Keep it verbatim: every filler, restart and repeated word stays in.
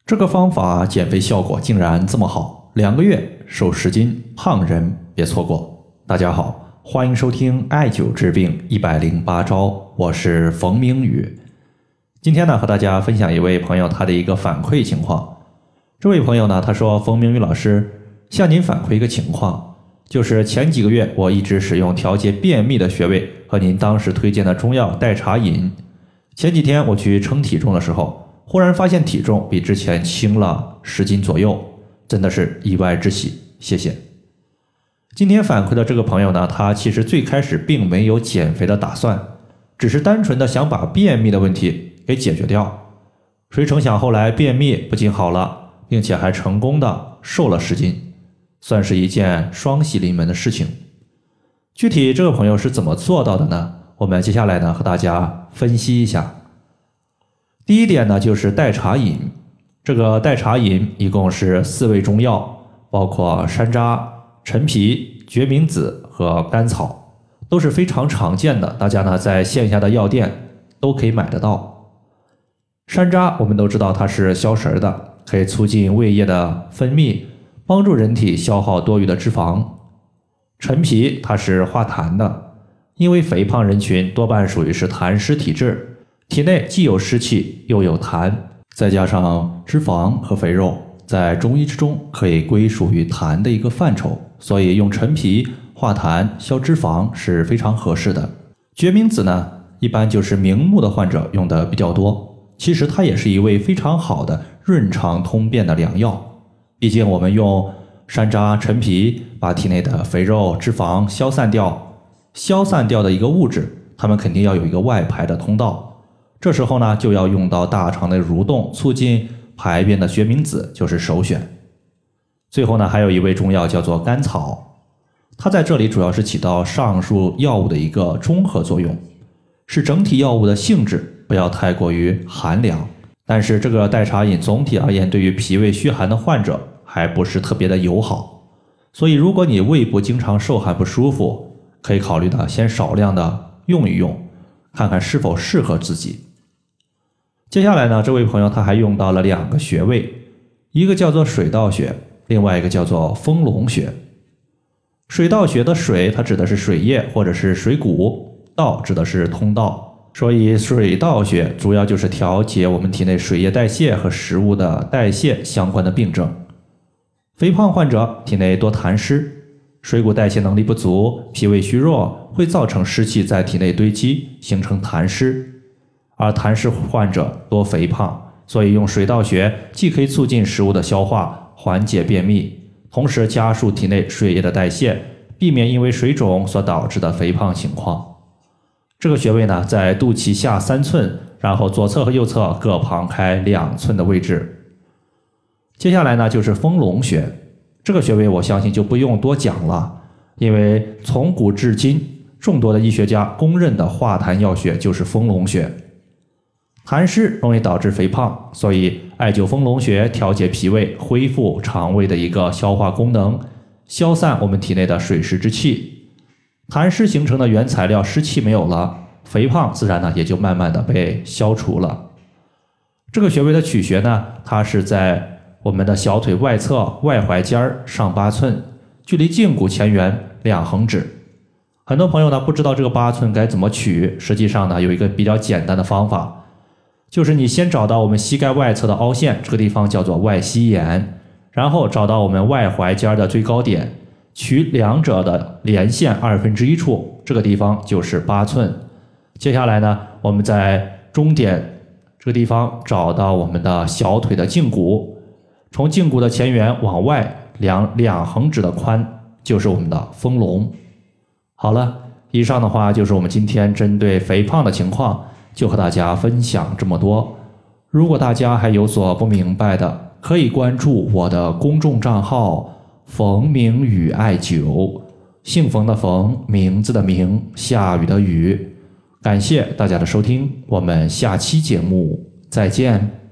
这个方法减肥效果竟然这么好，两个月瘦十斤，胖人别错过。大家好，欢迎收听艾灸治病一百零八招，我是冯明宇。今天呢，和大家分享一位朋友他的一个反馈情况。这位朋友呢，他说：冯明宇老师，向您反馈一个情况，就是前几个月我一直使用调节便秘的穴位和您当时推荐的中药代茶饮。前几天我去称体重的时候，忽然发现体重比之前轻了十斤左右，真的是意外之喜，谢谢。今天反馈的这个朋友呢，他其实最开始并没有减肥的打算，只是单纯的想把便秘的问题给解决掉。谁成想后来便秘不仅好了，并且还成功的瘦了十斤，算是一件双喜临门的事情。具体这个朋友是怎么做到的呢？我们接下来呢和大家分析一下。第一点呢，就是代茶饮。这个代茶饮一共是四味中药，包括山楂、陈皮、决明子和甘草，都是非常常见的，大家呢在线下的药店都可以买得到。山楂我们都知道它是消食的，可以促进胃液的分泌，帮助人体消耗多余的脂肪。陈皮它是化痰的，因为肥胖人群多半属于是痰湿体质，体内既有湿气又有痰，再加上脂肪和肥肉，在中医之中可以归属于痰的一个范畴，所以用陈皮化痰消脂肪是非常合适的。决明子呢，一般就是明目的患者用的比较多，其实它也是一味非常好的润肠通便的良药。毕竟我们用山楂、陈皮把体内的肥肉、脂肪消散掉，消散掉的一个物质，它们肯定要有一个外排的通道。这时候呢，就要用到大肠的蠕动，促进排便的决明子就是首选。最后呢，还有一味中药叫做甘草，它在这里主要是起到上述药物的一个中和作用，使整体药物的性质不要太过于寒凉。但是这个代茶饮总体而言，对于脾胃虚寒的患者还不是特别的友好，所以如果你胃部经常受寒不舒服，可以考虑的先少量的用一用，看看是否适合自己。接下来呢，这位朋友他还用到了两个穴位，一个叫做水道穴，另外一个叫做丰隆穴。水道穴的水，它指的是水液或者是水谷，道指的是通道，所以水道穴主要就是调节我们体内水液代谢和食物的代谢相关的病症。肥胖患者体内多痰湿，水谷代谢能力不足，脾胃虚弱，会造成湿气在体内堆积，形成痰湿。而痰湿患者多肥胖，所以用水道穴既可以促进食物的消化，缓解便秘，同时加速体内水液的代谢，避免因为水肿所导致的肥胖情况。这个穴位呢，在肚脐下三寸，然后左侧和右侧各旁开两寸的位置。接下来呢，就是丰隆穴。这个穴位我相信就不用多讲了，因为从古至今，众多的医学家公认的化痰药穴就是丰隆穴。痰湿容易导致肥胖，所以艾灸丰隆穴调节脾胃，恢复肠胃的一个消化功能，消散我们体内的水湿之气。痰湿形成的原材料湿气没有了，肥胖自然呢也就慢慢的被消除了。这个穴位的取穴呢，它是在我们的小腿外侧外踝尖上八寸，距离胫骨前缘两横指。很多朋友呢不知道这个八寸该怎么取，实际上呢有一个比较简单的方法，就是你先找到我们膝盖外侧的凹陷，这个地方叫做外膝眼，然后找到我们外踝尖的最高点，取两者的连线二分之一处，这个地方就是八寸。接下来呢，我们在中点这个地方找到我们的小腿的胫骨，从胫骨的前缘往外量两横指的宽，就是我们的丰隆。好了，以上的话就是我们今天针对肥胖的情况，就和大家分享这么多。如果大家还有所不明白的，可以关注我的公众账号冯明宇艾灸，姓冯的冯，名字的名，下雨的雨。感谢大家的收听，我们下期节目再见。